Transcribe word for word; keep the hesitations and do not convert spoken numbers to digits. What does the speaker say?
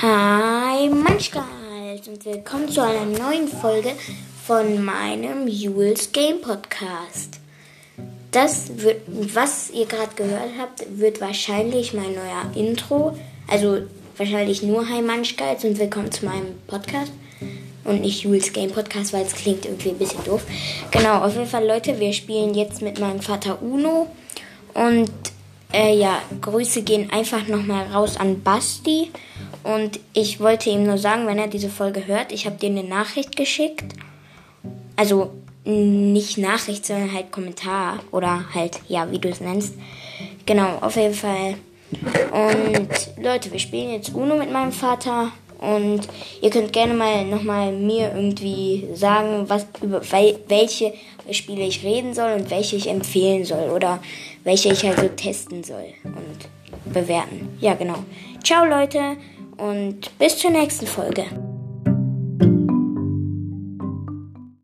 Hi Manchgals und willkommen zu einer neuen Folge von meinem Jules Game Podcast. Das wird, was ihr gerade gehört habt, wird wahrscheinlich mein neuer Intro. Also wahrscheinlich nur Hi Manchgals und willkommen zu meinem Podcast. Und nicht Jules Game Podcast, weil es klingt irgendwie ein bisschen doof. Genau, auf jeden Fall Leute, wir spielen jetzt mit meinem Vater Uno. Und äh, ja, Grüße gehen einfach nochmal raus an Basti. Und ich wollte ihm nur sagen, wenn er diese Folge hört, ich habe dir eine Nachricht geschickt. Also nicht Nachricht, sondern halt Kommentar oder halt, ja, wie du es nennst. Genau, auf jeden Fall. Und Leute, wir spielen jetzt Uno mit meinem Vater. Und ihr könnt gerne mal nochmal mir irgendwie sagen, was über welche Spiele ich reden soll und welche ich empfehlen soll. Oder welche ich halt so testen soll und bewerten. Ja, genau. Ciao, Leute. Und bis zur nächsten Folge.